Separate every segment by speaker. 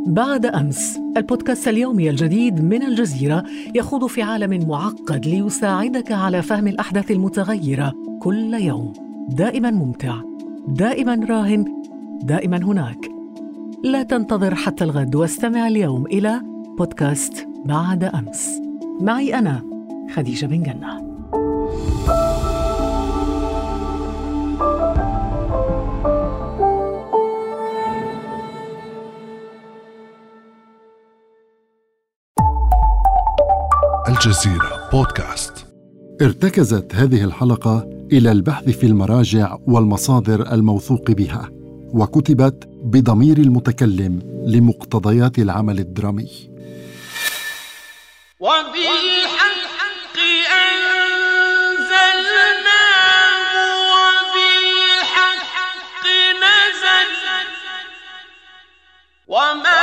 Speaker 1: بعد أمس، البودكاست اليومي الجديد من الجزيرة يخوض في عالم معقد ليساعدك على فهم الأحداث المتغيرة كل يوم. دائما ممتع، دائما راهن، دائما هناك. لا تنتظر حتى الغد واستمع اليوم إلى بودكاست بعد أمس. معي أنا خديجة بن جنة.
Speaker 2: الجزيرة بودكاست.
Speaker 3: ارتكزت هذه الحلقة إلى البحث في المراجع والمصادر الموثوق بها، وكتبت بضمير المتكلم لمقتضيات العمل الدرامي.
Speaker 4: وبالحق أنزلناه وبالحق نزل وما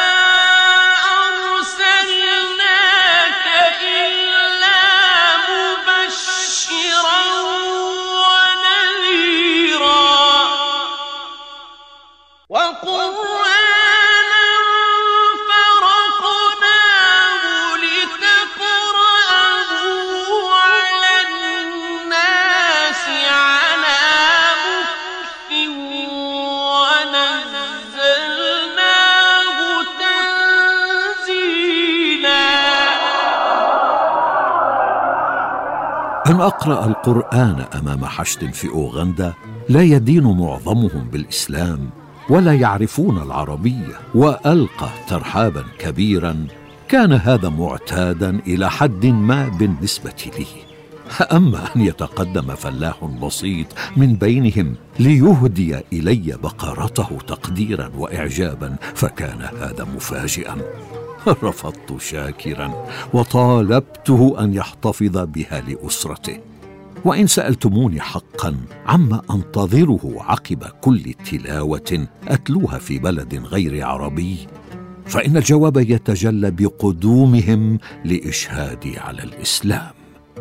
Speaker 5: أن أقرأ القرآن أمام حشد في أوغندا لا يدين معظمهم بالإسلام ولا يعرفون العربية، وألقى ترحابا كبيرا. كان هذا معتادا إلى حد ما بالنسبة لي. أما أن يتقدم فلاح بسيط من بينهم ليهدي إلي بقرته تقديرا وإعجابا فكان هذا مفاجئا. رفضت شاكرا وطالبته أن يحتفظ بها لأسرته. وإن سألتموني حقا عما أنتظره عقب كل تلاوة أتلوها في بلد غير عربي، فإن الجواب يتجلى بقدومهم لإشهادي على الإسلام.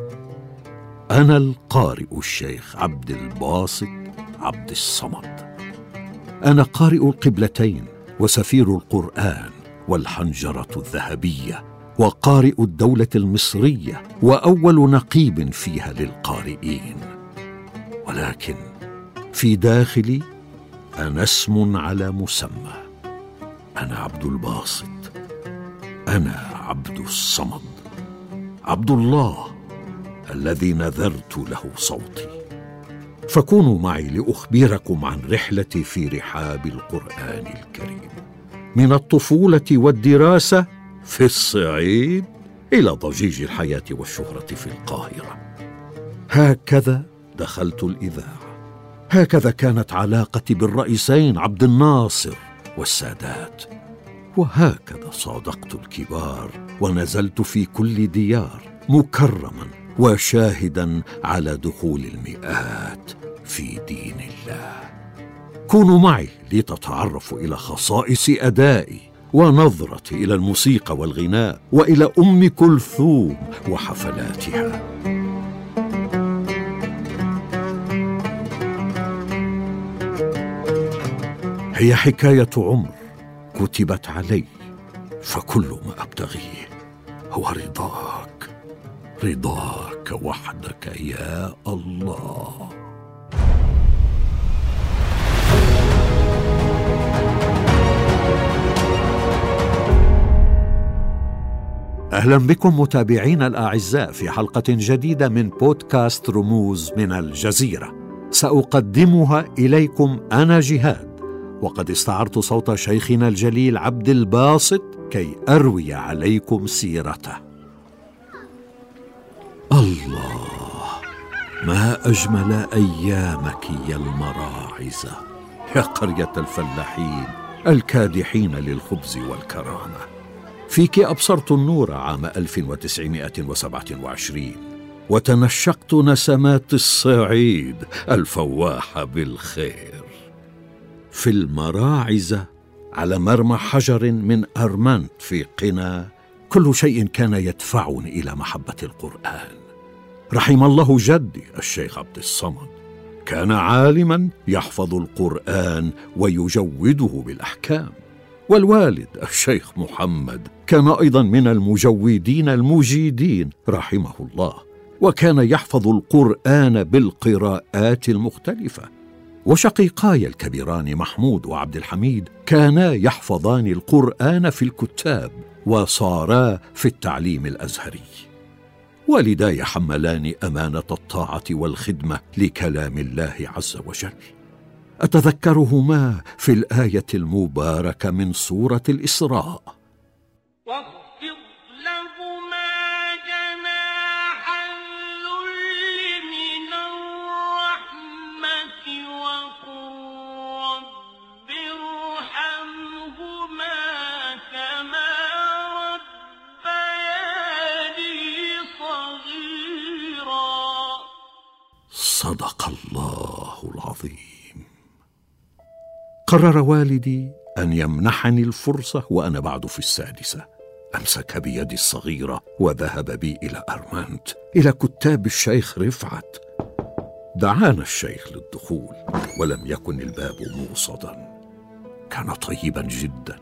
Speaker 5: أنا القارئ الشيخ عبد الباسط عبد الصمد. أنا قارئ القبلتين وسفير القرآن والحنجرة الذهبية وقارئ الدولة المصرية وأول نقيب فيها للقارئين. ولكن في داخلي أنا اسم على مسمى. أنا عبد الباسط، أنا عبد الصمد، عبد الله الذي نذرت له صوتي. فكونوا معي لأخبركم عن رحلتي في رحاب القرآن الكريم، من الطفولة والدراسة في الصعيد إلى ضجيج الحياة والشهرة في القاهرة. هكذا دخلت الإذاعة، هكذا كانت علاقتي بالرئيسين عبد الناصر والسادات، وهكذا صادقت الكبار ونزلت في كل ديار مكرما وشاهدا على دخول المئات في دين الله. كونوا معي لتتعرفوا إلى خصائص أدائي ونظرتي إلى الموسيقى والغناء وإلى أم كلثوم وحفلاتها. هي حكاية عمر كتبت علي، فكل ما أبتغيه هو رضاك، رضاك وحدك يا الله. أهلا بكم متابعينا الأعزاء في حلقة جديدة من بودكاست رموز من الجزيرة. سأقدمها إليكم أنا جهاد، وقد استعرت صوت شيخنا الجليل عبد الباسط كي أروي عليكم سيرته. الله، ما أجمل أيامك يا المراعزة، يا قرية الفلاحين الكادحين للخبز والكرامة. فيك أبصرت النور عام 1927 وتنشقت نسمات الصعيد الفواحة بالخير. في المراعزة على مرمى حجر من أرمنت في قنا كل شيء كان يدفعني إلى محبة القرآن. رحم الله جدي الشيخ عبد الصمد، كان عالما يحفظ القرآن ويجوده بالأحكام، والوالد الشيخ محمد كان أيضا من المجودين المجيدين رحمه الله، وكان يحفظ القرآن بالقراءات المختلفة. وشقيقاي الكبيران محمود وعبد الحميد كانا يحفظان القرآن في الكتاب، وصارا في التعليم الأزهري. والداي حملان أمانة الطاعة والخدمة لكلام الله عز وجل. أتذكرهما في الآية المباركة من سورة الإسراء:
Speaker 4: واخفض لهما جناح الذل من الرحمة وقل رب ارحمهما كما ربياني صغيرا.
Speaker 5: صدق الله العظيم. قرر والدي أن يمنحني الفرصة وأنا بعد في السادسة. أمسك بيدي الصغيرة وذهب بي إلى أرمنت، إلى كتاب الشيخ رفعت. دعانا الشيخ للدخول، ولم يكن الباب موصدا. كان طيبا جدا.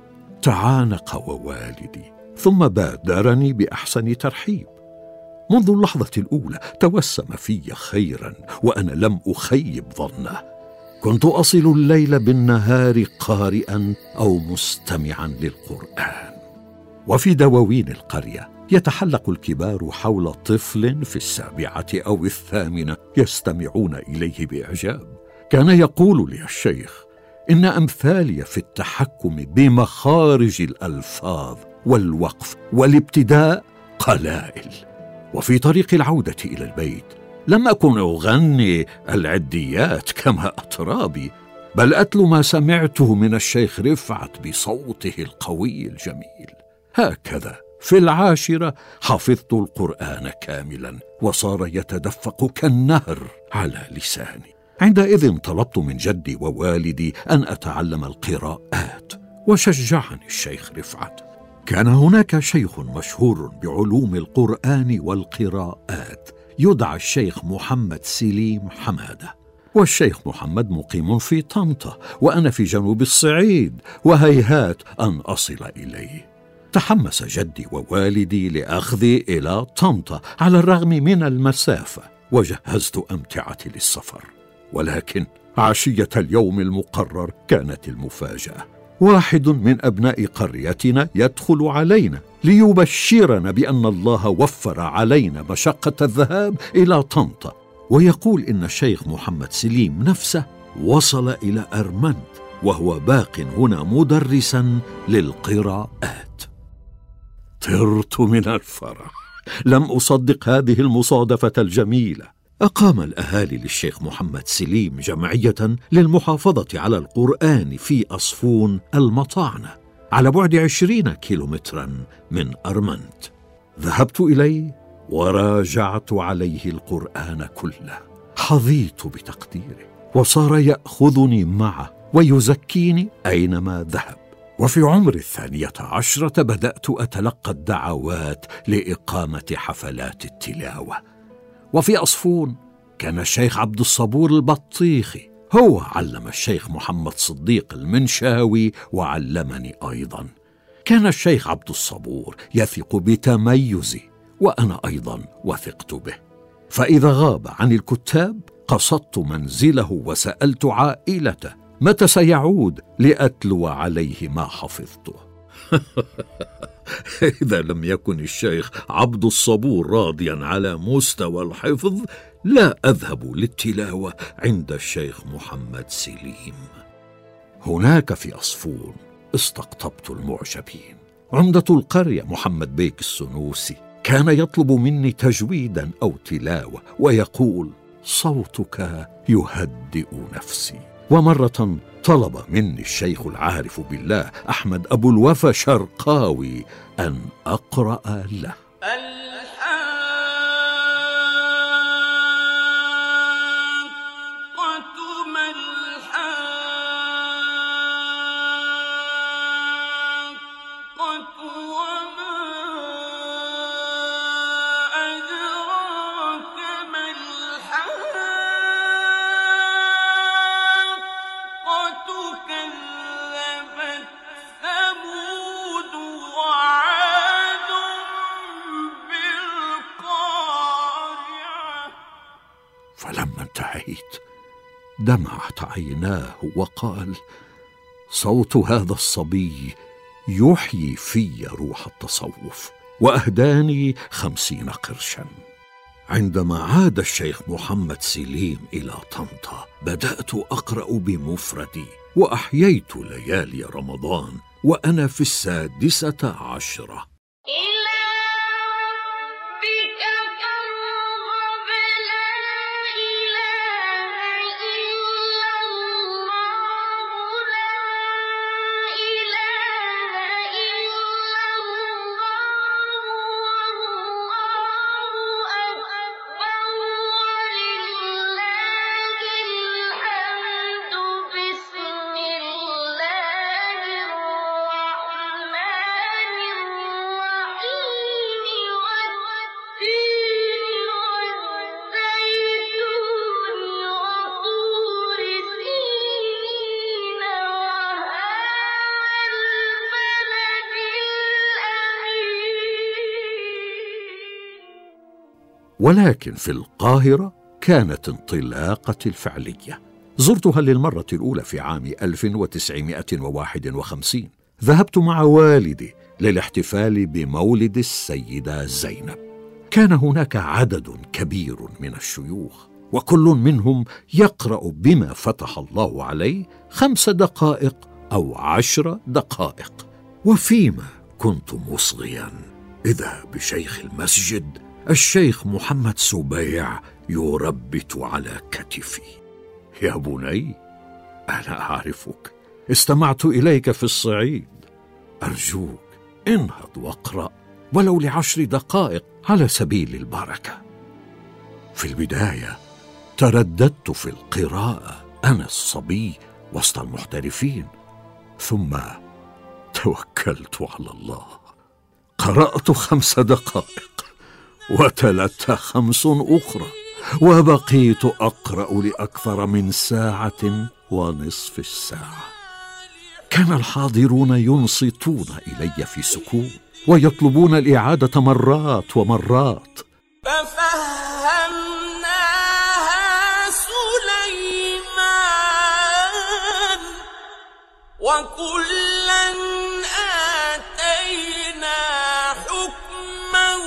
Speaker 5: تعانق ووالدي، ثم بادرني بأحسن ترحيب. منذ اللحظة الأولى توسم في خيرا، وأنا لم أخيب ظنه. كنت أصل الليل بالنهار قارئا أو مستمعا للقرآن. وفي دواوين القرية يتحلق الكبار حول طفل في 7 أو 8 يستمعون إليه بإعجاب. كان يقول لي الشيخ إن أمثالي في التحكم بمخارج الألفاظ والوقف والابتداء قلائل. وفي طريق العودة إلى البيت لم أكن أغني العديات كما أطرابي، بل أتلو ما سمعته من الشيخ رفعت بصوته القوي الجميل. هكذا في 10 حفظت القرآن كاملا، وصار يتدفق كالنهر على لساني. عندئذ طلبت من جدي ووالدي أن أتعلم القراءات، وشجعني الشيخ رفعت. كان هناك شيخ مشهور بعلوم القرآن والقراءات يدعى الشيخ محمد سليم حمادة، والشيخ محمد مقيم في طنطا، وأنا في جنوب الصعيد، وهيهات أن أصل إليه. تحمس جدي ووالدي لأخذي إلى طنطا على الرغم من المسافة، وجهزت أمتعتي للسفر. ولكن عشية اليوم المقرر كانت المفاجأة. واحد من أبناء قريتنا يدخل علينا ليبشرنا بأن الله وفر علينا مشقة الذهاب إلى طنطا، ويقول إن الشيخ محمد سليم نفسه وصل إلى أرمنت، وهو باق هنا مدرسا للقراءات. طرت من الفرح، لم أصدق هذه المصادفة الجميلة. أقام الأهالي للشيخ محمد سليم جمعية للمحافظة على القرآن في أصفون المطاعنة، على بعد 20 كيلومترا من أرمنت. ذهبت إليه وراجعت عليه القرآن كله. حظيت بتقديره، وصار يأخذني معه ويزكيني أينما ذهب. وفي عمر 12 بدأت أتلقى الدعوات لإقامة حفلات التلاوة. وفي أصفون كان الشيخ عبد الصبور البطيخي هو علم الشيخ محمد صديق المنشاوي، وعلمني أيضا. كان الشيخ عبد الصبور يثق بتميزي، وأنا أيضا وثقت به. فإذا غاب عن الكتاب قصدت منزله وسألت عائلته متى سيعود لأتلو عليه ما حفظته. إذا لم يكن الشيخ عبد الصبور راضيا على مستوى الحفظ، لا أذهب للتلاوة عند الشيخ محمد سليم. هناك في أصفون استقطبت المعجبين. عمدة القرية محمد بيك السنوسي كان يطلب مني تجويدا أو تلاوة، ويقول: صوتك يهدئ نفسي. ومرة طلب مني الشيخ العارف بالله أحمد أبو الوفا شرقاوي أن أقرأ له.
Speaker 4: كذبت ثمود
Speaker 5: دمعت عيناه وقال: صوت هذا الصبي يحيي في روح التصوف، وأهداني 50 قرشا. عندما عاد الشيخ محمد سليم إلى طنطا بدأت أقرأ بمفردي، وأحييت ليالي رمضان وأنا في 16. ولكن في القاهرة كانت انطلاقتي الفعلية. زرتها للمرة الأولى في عام 1951. ذهبت مع والدي للاحتفال بمولد السيدة زينب. كان هناك عدد كبير من الشيوخ، وكل منهم يقرأ بما فتح الله عليه 5 دقائق أو 10 دقائق. وفيما كنت مصغيا إذا بشيخ المسجد الشيخ محمد سبيع يربت على كتفي: يا بني، أنا أعرفك، استمعت إليك في الصعيد، أرجوك انهض واقرأ ولو ل10 دقائق على سبيل البركة. في البداية ترددت في القراءة أنا الصبي وسط المحترفين، ثم توكلت على الله، قرأت 5 دقائق وتلتها 5 أخرى، وبقيت أقرأ لأكثر من 1.5 ساعة. كان الحاضرون ينصتون إلي في سكون ويطلبون الإعادة مرات ومرات.
Speaker 4: ففهمناها سليمان وكلا آتينا حكما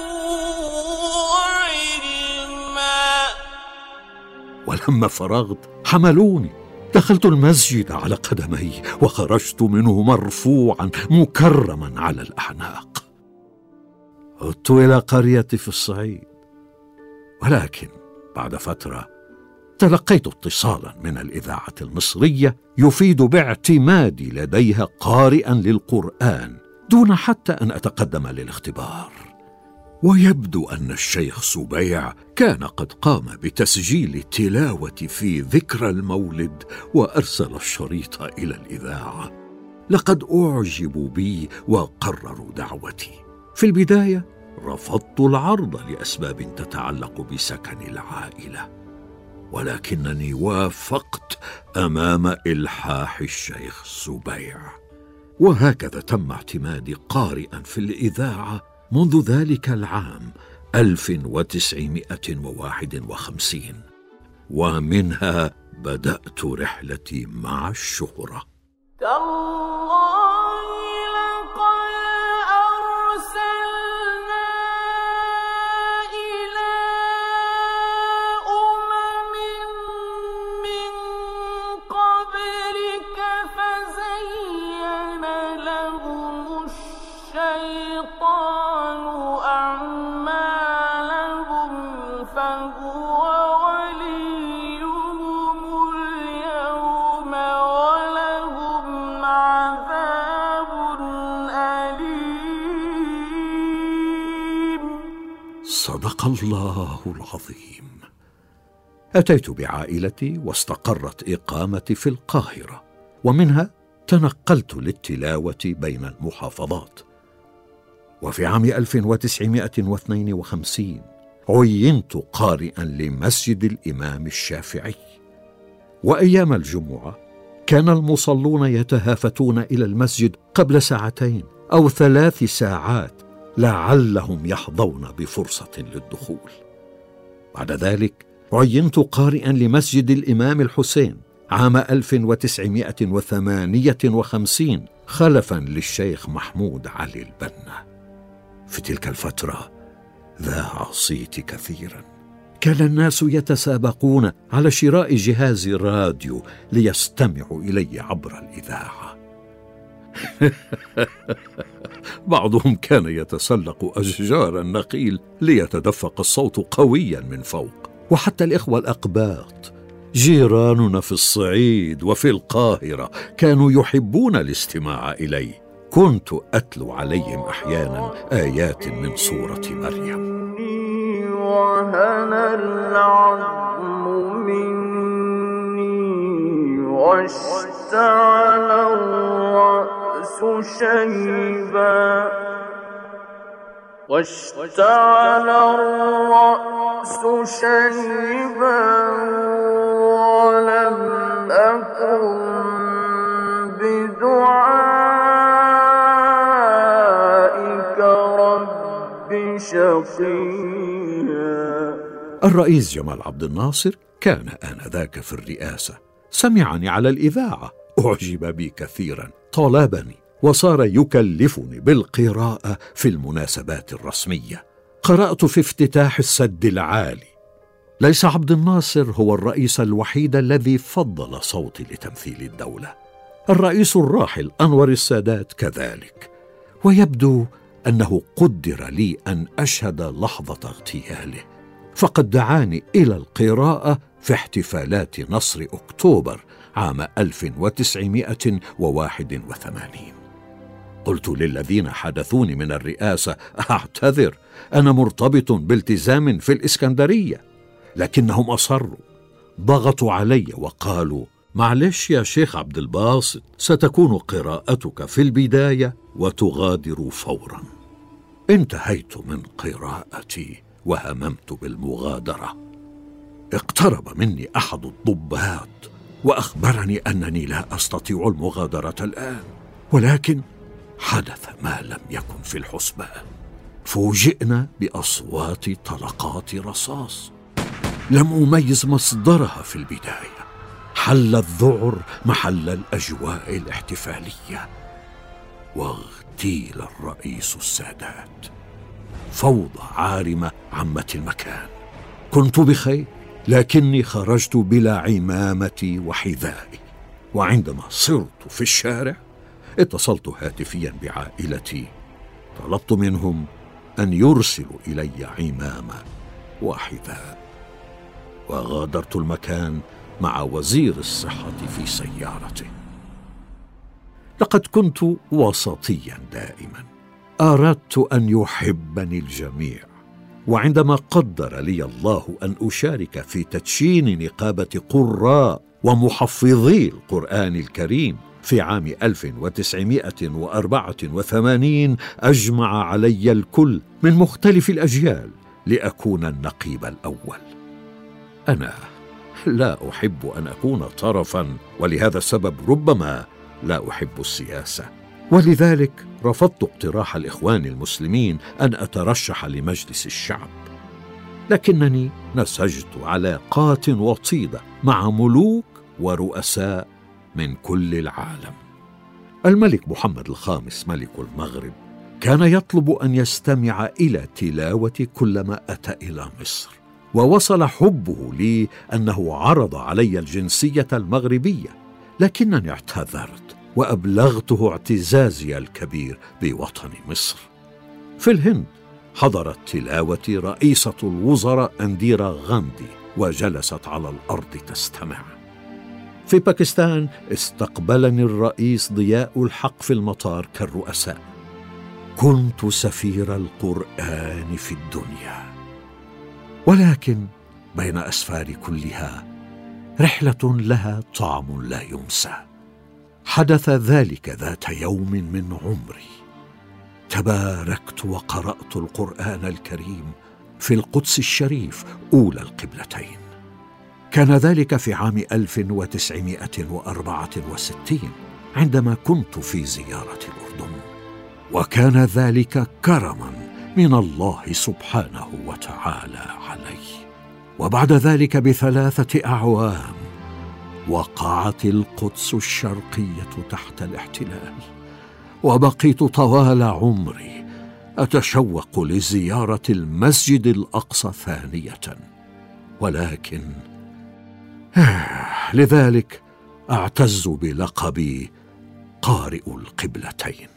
Speaker 4: وعلما.
Speaker 5: ولما فرغت حملوني، دخلت المسجد على قدمي وخرجت منه مرفوعا مكرما على الأعناق. عدت إلى قريتي في الصعيد، ولكن بعد فترة تلقيت اتصالا من الإذاعة المصرية يفيد باعتمادي لديها قارئا للقرآن دون حتى أن أتقدم للاختبار. ويبدو أن الشيخ سبيع كان قد قام بتسجيل التلاوة في ذكرى المولد وأرسل الشريط إلى الإذاعة. لقد أعجبوا بي وقرروا دعوتي. في البداية رفضت العرض لأسباب تتعلق بسكن العائلة، ولكنني وافقت أمام إلحاح الشيخ سبيع، وهكذا تم اعتمادي قارئا في الإذاعة منذ ذلك العام 1951، ومنها بدأت رحلتي مع الشهرة. صدق الله العظيم. أتيت بعائلتي واستقرت إقامتي في القاهرة، ومنها تنقلت للتلاوة بين المحافظات. وفي عام 1952 عينت قارئا لمسجد الإمام الشافعي. وأيام الجمعة كان المصلون يتهافتون إلى المسجد قبل 2 أو 3 ساعات لعلهم يحظون بفرصة للدخول. بعد ذلك عينت قارئا لمسجد الإمام الحسين عام 1958 خلفاً للشيخ محمود علي البنا. في تلك الفترة ذاع صيتي كثيراً. كان الناس يتسابقون على شراء جهاز راديو ليستمعوا إلي عبر الإذاعة. بعضهم كان يتسلق أشجار النخيل ليتدفق الصوت قوياً من فوق، وحتى الإخوة الأقباط جيراننا في الصعيد وفي القاهرة كانوا يحبون الاستماع إلي. كنت أتلو عليهم أحياناً آيات من سورة مريم.
Speaker 4: وهنى العظم مني واشتعل الرأس شيبا ولم أكن بدعائك رب شقيا.
Speaker 5: الرئيس جمال عبد الناصر كان آنذاك في الرئاسة، سمعني على الإذاعة، أعجب بي كثيرا، طلبني وصار يكلفني بالقراءة في المناسبات الرسمية. قرأت في افتتاح السد العالي. ليس عبد الناصر هو الرئيس الوحيد الذي فضل صوتي لتمثيل الدولة، الرئيس الراحل أنور السادات كذلك، ويبدو أنه قدر لي أن أشهد لحظة اغتياله، فقد دعاني إلى القراءة في احتفالات نصر أكتوبر عام 1981. قلت للذين حدثوني من الرئاسة: أعتذر، أنا مرتبط بالتزام في الإسكندرية، لكنهم أصروا، ضغطوا علي وقالوا: معلش يا شيخ عبد الباسط، ستكون قراءتك في البداية وتغادر فورا. انتهيت من قراءتي وهممت بالمغادرة. اقترب مني أحد الضباط وأخبرني أنني لا أستطيع المغادرة الآن، ولكن حدث ما لم يكن في الحسبان. فوجئنا بأصوات طلقات رصاص لم أميز مصدرها في البداية. حل الذعر محل الأجواء الاحتفالية، واغتيل الرئيس السادات. فوضى عارمة عمت المكان. كنت بخير، لكني خرجت بلا عمامتي وحذائي، وعندما صرت في الشارع اتصلت هاتفيا بعائلتي، طلبت منهم أن يرسلوا إلي عمامة وحذاء، وغادرت المكان مع وزير الصحة في سيارته. لقد كنت وسطيا دائما، أردت أن يحبني الجميع، وعندما قدر لي الله أن أشارك في تدشين نقابة قراء ومحفظي القرآن الكريم في عام 1984، أجمع علي الكل من مختلف الأجيال لأكون النقيب الأول. أنا لا أحب أن أكون طرفا، ولهذا السبب ربما لا أحب السياسة، ولذلك رفضت اقتراح الإخوان المسلمين أن أترشح لمجلس الشعب، لكنني نسجت علاقات وطيدة مع ملوك ورؤساء من كل العالم. الملك محمد الخامس ملك المغرب كان يطلب أن يستمع إلى تلاوتي كلما أتى إلى مصر، ووصل حبه لي أنه عرض علي الجنسية المغربية، لكنني اعتذرت وأبلغته اعتزازي الكبير بوطن مصر. في الهند حضرت تلاوتي رئيسة الوزراء انديرا غاندي وجلست على الأرض تستمع. في باكستان استقبلني الرئيس ضياء الحق في المطار كالرؤساء. كنت سفير القرآن في الدنيا. ولكن بين أسفار كلها رحلة لها طعم لا ينسى. حدث ذلك ذات يوم من عمري. تباركت وقرأت القرآن الكريم في القدس الشريف أولى القبلتين. كان ذلك في عام 1964 عندما كنت في زيارة الأردن، وكان ذلك كرما من الله سبحانه وتعالى علي. وبعد ذلك ب3 أعوام وقعت القدس الشرقية تحت الاحتلال، وبقيت طوال عمري أتشوق لزيارة المسجد الأقصى ثانية، ولكن لذلك أعتز بلقبي قارئ القبلتين.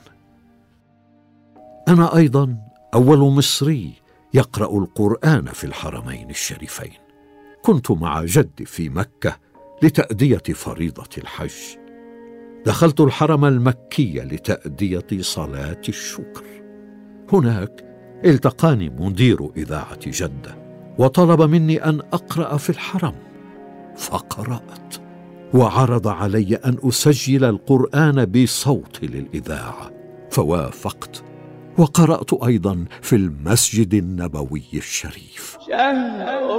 Speaker 5: أنا أيضا أول مصري يقرأ القرآن في الحرمين الشريفين. كنت مع جدي في مكة لتأدية فريضة الحج. دخلت الحرم المكي لتأدية صلاة الشكر. هناك التقاني مدير إذاعة جدة وطلب مني أن أقرأ في الحرم، فقرأت، وعرض علي أن أسجل القرآن بصوت للإذاعة، فوافقت، وقرأت أيضا في المسجد النبوي الشريف.
Speaker 4: شهر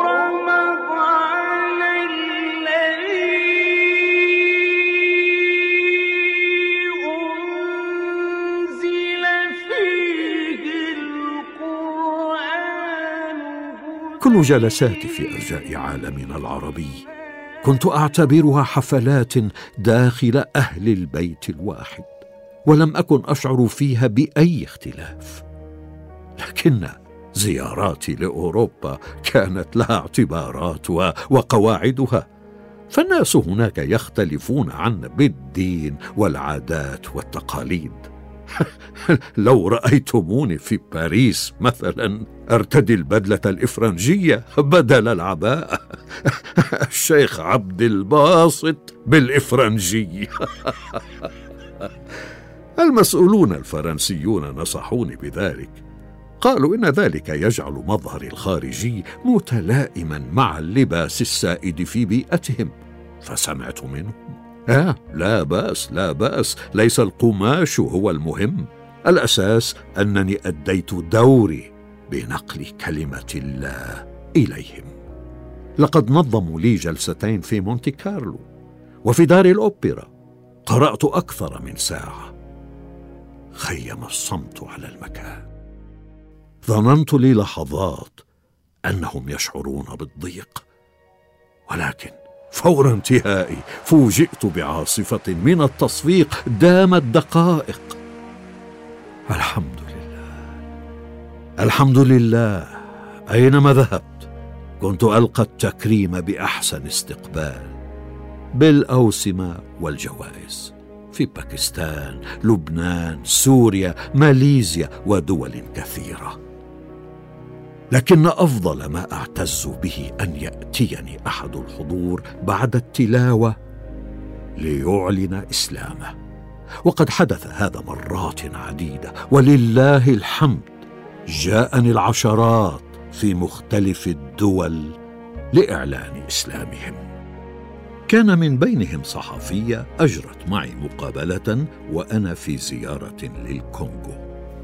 Speaker 4: رمضان الذي أنزل فيه القرآن.
Speaker 5: كل جلساتي في أرجاء عالمنا العربي كنت أعتبرها حفلات داخل أهل البيت الواحد، ولم أكن أشعر فيها بأي اختلاف. لكن زياراتي لأوروبا كانت لها اعتباراتها وقواعدها، فالناس هناك يختلفون عنا بالدين والعادات والتقاليد. لو رأيتموني في باريس مثلا أرتدي البدلة الإفرنجية بدل العباءة، الشيخ عبد الباسط بالإفرنجي. المسؤولون الفرنسيون نصحوني بذلك، قالوا إن ذلك يجعل مظهري الخارجي متلائما مع اللباس السائد في بيئتهم، فسمعت منهم: لا بأس لا بأس، ليس القماش هو المهم، الأساس أنني أديت دوري بنقل كلمة الله إليهم. لقد نظموا لي جلستين في مونتي كارلو وفي دار الأوبرا، قرأت أكثر من ساعة. خيم الصمت على المكان. ظننت لي لحظات أنهم يشعرون بالضيق، ولكن فور انتهائي فوجئت بعاصفة من التصفيق دامت دقائق. الحمد لله الحمد لله، أينما ذهبت كنت ألقى التكريم بأحسن استقبال، بالأوسمة والجوائز في باكستان، لبنان، سوريا، ماليزيا ودول كثيرة. لكن أفضل ما أعتز به أن يأتيني أحد الحضور بعد التلاوة ليعلن إسلامه، وقد حدث هذا مرات عديدة ولله الحمد. جاءني العشرات في مختلف الدول لإعلان إسلامهم. كان من بينهم صحفية أجرت معي مقابلة وأنا في زيارة للكونغو.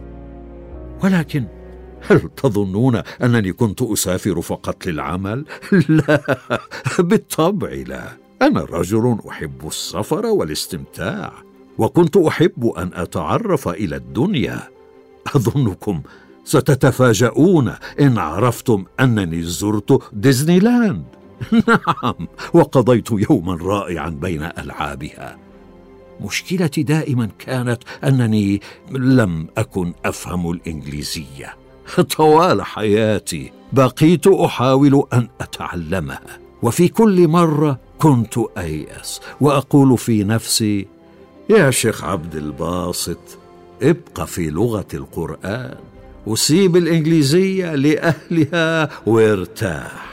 Speaker 5: ولكن هل تظنون أنني كنت أسافر فقط للعمل؟ لا، بالطبع لا. أنا رجل أحب السفر والاستمتاع، وكنت أحب أن أتعرف إلى الدنيا. أظنكم ستتفاجؤون إن عرفتم أنني زرت ديزني لاند. نعم، وقضيت يوما رائعا بين ألعابها. مشكلتي دائما كانت أنني لم أكن أفهم الإنجليزية. طوال حياتي بقيت أحاول أن أتعلمها، وفي كل مرة كنت أيأس وأقول في نفسي: يا شيخ عبد الباسط، ابقى في لغة القرآن وسيب الإنجليزية لأهلها وارتاح.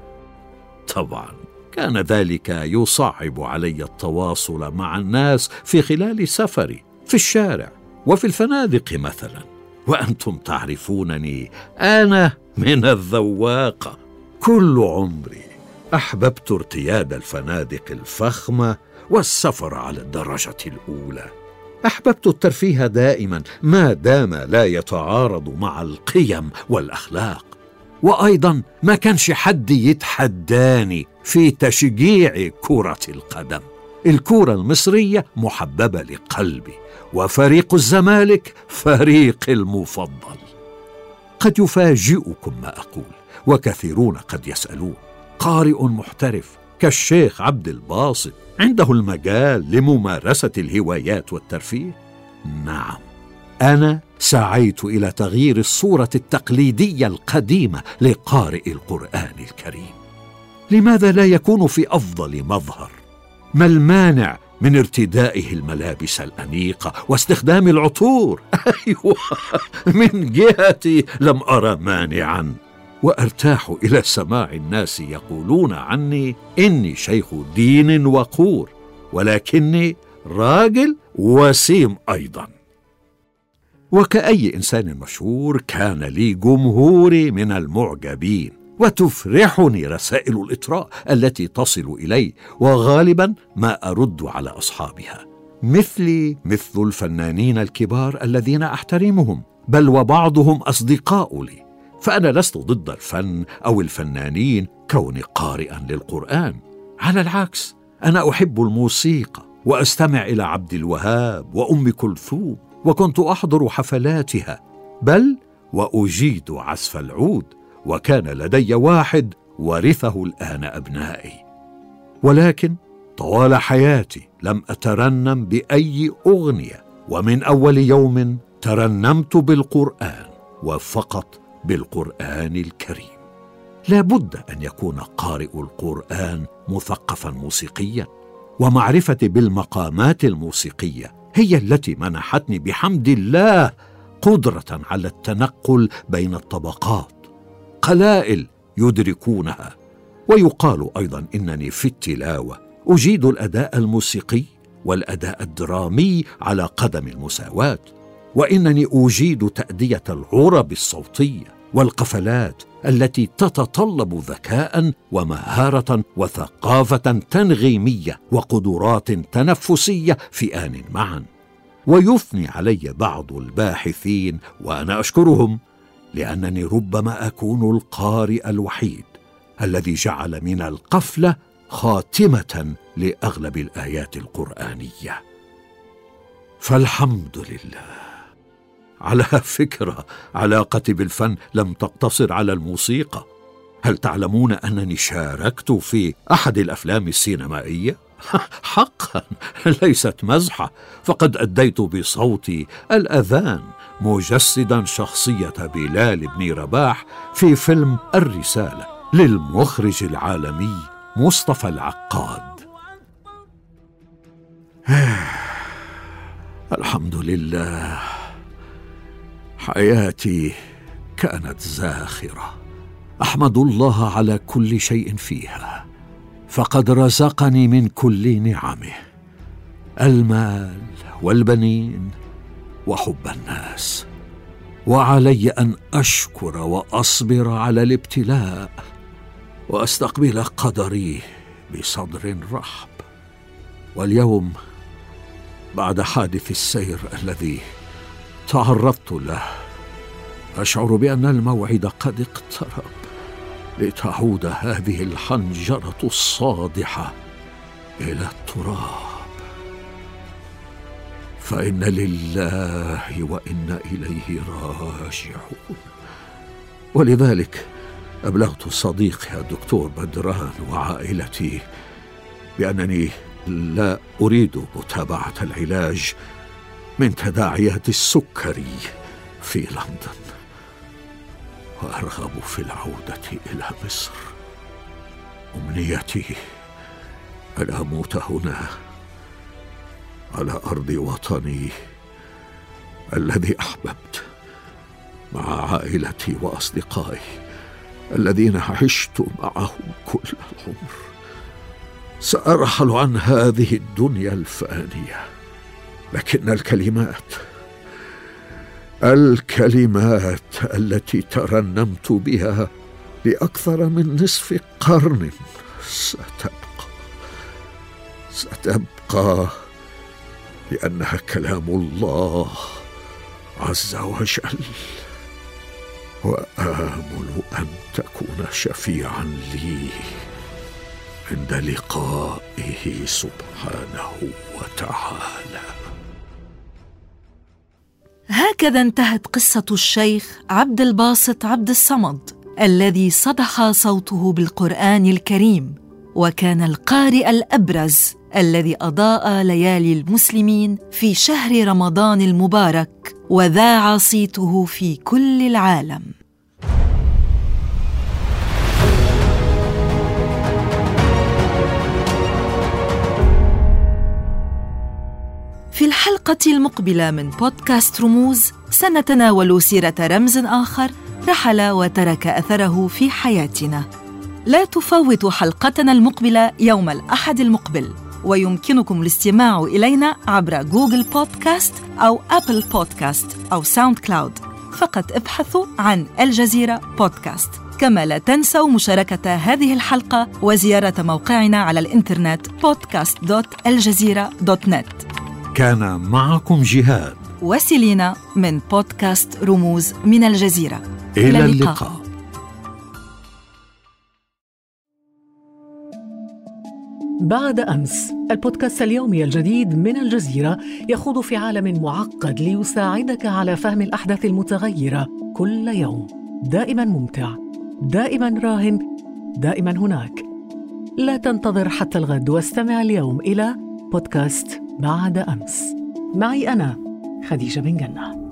Speaker 5: طبعا كان ذلك يصعب علي التواصل مع الناس في خلال سفري في الشارع وفي الفنادق مثلا، وأنتم تعرفونني، أنا من الذواقة. كل عمري أحببت ارتياد الفنادق الفخمة والسفر على الدرجة الأولى. أحببت الترفيه دائما ما دام لا يتعارض مع القيم والأخلاق، وأيضا ما كانش حد يتحداني في تشجيع كرة القدم. الكرة المصرية محببة لقلبي، وفريق الزمالك فريقي المفضل. قد يفاجئكم ما أقول، وكثيرون قد يسألون: قارئ محترف كالشيخ عبد الباسط عنده المجال لممارسة الهوايات والترفيه؟ نعم، أنا سعيت إلى تغيير الصورة التقليدية القديمة لقارئ القرآن الكريم. لماذا لا يكون في أفضل مظهر؟ ما المانع من ارتدائه الملابس الأنيقة واستخدام العطور؟ أيوة، من جهتي لم أرى مانعا، وأرتاح إلى سماع الناس يقولون عني إني شيخ دين وقور، ولكني راجل وسيم أيضا. وكأي إنسان مشهور كان لي جمهوري من المعجبين، وتفرحني رسائل الإطراء التي تصل إلي، وغالبا ما أرد على أصحابها، مثلي مثل الفنانين الكبار الذين أحترمهم، بل وبعضهم أصدقاء لي. فأنا لست ضد الفن أو الفنانين كوني قارئا للقرآن، على العكس، أنا أحب الموسيقى وأستمع إلى عبد الوهاب وأم كلثوم، وكنت أحضر حفلاتها، بل وأجيد عزف العود، وكان لدي واحد ورثه الآن أبنائي. ولكن طوال حياتي لم أترنم بأي أغنية، ومن أول يوم ترنمت بالقرآن، وفقط بالقرآن الكريم. لا بد أن يكون قارئ القرآن مثقفا موسيقيا، ومعرفتي بالمقامات الموسيقية هي التي منحتني بحمد الله قدرة على التنقل بين الطبقات، قلائل يدركونها. ويقال أيضا إنني في التلاوة أجيد الأداء الموسيقي والأداء الدرامي على قدم المساواة، وإنني أجيد تأدية العرب الصوتية والقفلات التي تتطلب ذكاء ومهارة وثقافة تنغيمية وقدرات تنفسية في آن معا. ويثني علي بعض الباحثين، وأنا أشكرهم، لأنني ربما أكون القارئ الوحيد الذي جعل من القفلة خاتمة لأغلب الآيات القرآنية. فالحمد لله. على فكرة، علاقتي بالفن لم تقتصر على الموسيقى. هل تعلمون أنني شاركت في أحد الأفلام السينمائية؟ حقا ليست مزحة، فقد أديت بصوتي الأذان مجسدا شخصية بلال بن رباح في فيلم الرسالة للمخرج العالمي مصطفى العقاد. الحمد لله، حياتي كانت زاخرة، أحمد الله على كل شيء فيها، فقد رزقني من كل نعمه، المال والبنين وحب الناس، وعلي أن أشكر وأصبر على الابتلاء وأستقبل قدري بصدر رحب. واليوم بعد حادث السير الذي تعرضت له، أشعر بأن الموعد قد اقترب لتعود هذه الحنجرة الصادحة إلى التراب، فإن لله وإنا إليه راجعون. ولذلك أبلغت صديقي الدكتور بدران وعائلتي بأنني لا أريد متابعة العلاج من تداعيات السكري في لندن، وأرغب في العودة إلى مصر. أمنيتي أن أموت هنا على أرض وطني الذي أحببت، مع عائلتي وأصدقائي الذين عشت معهم كل العمر. سأرحل عن هذه الدنيا الفانية، لكن الكلمات التي ترنمت بها لأكثر من نصف قرن ستبقى لأنها كلام الله عز وجل، وآمل أن تكون شفيعا لي عند لقائه سبحانه وتعالى.
Speaker 6: هكذا انتهت قصة الشيخ عبد الباسط عبد الصمد الذي صدح صوته بالقرآن الكريم، وكان القارئ الأبرز الذي أضاء ليالي المسلمين في شهر رمضان المبارك وذاع صيته في كل العالم. في الحلقة المقبلة من بودكاست رموز سنتناول سيرة رمز آخر رحل وترك أثره في حياتنا. لا تفوتوا حلقتنا المقبلة يوم الأحد المقبل، ويمكنكم الاستماع إلينا عبر جوجل بودكاست أو أبل بودكاست أو ساوند كلاود. فقط ابحثوا عن الجزيرة بودكاست. كما لا تنسوا مشاركة هذه الحلقة وزيارة موقعنا على الإنترنت podcast.aljazeera.net.
Speaker 5: كان معكم جهاد
Speaker 6: وسيلينا من بودكاست رموز من الجزيرة.
Speaker 5: إلى اللقاء.
Speaker 1: بعد أمس، البودكاست اليومي الجديد من الجزيرة يخوض في عالم معقد ليساعدك على فهم الأحداث المتغيرة كل يوم. دائما ممتع، دائما راهن، دائما هناك. لا تنتظر حتى الغد واستمع اليوم إلى بودكاست بعد أمس. معي أنا خديجة بن جنة.